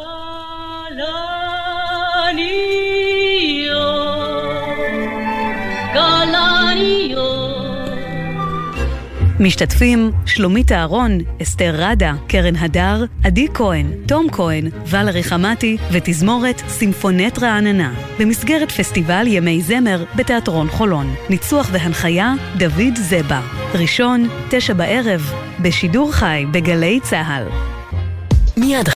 משתתפים שלומית אהרון, אסתר רדה, קרן הדר, עדי כהן, תום כהן, ולרי חמתי ותזמורת סימפונט רעננה במסגרת פסטיבל ימי זמר בתיאטרון חולון. ניצוח והנחיה דוד זבה. ראשון, תשע בערב, בשידור חי בגלי צהל. מיד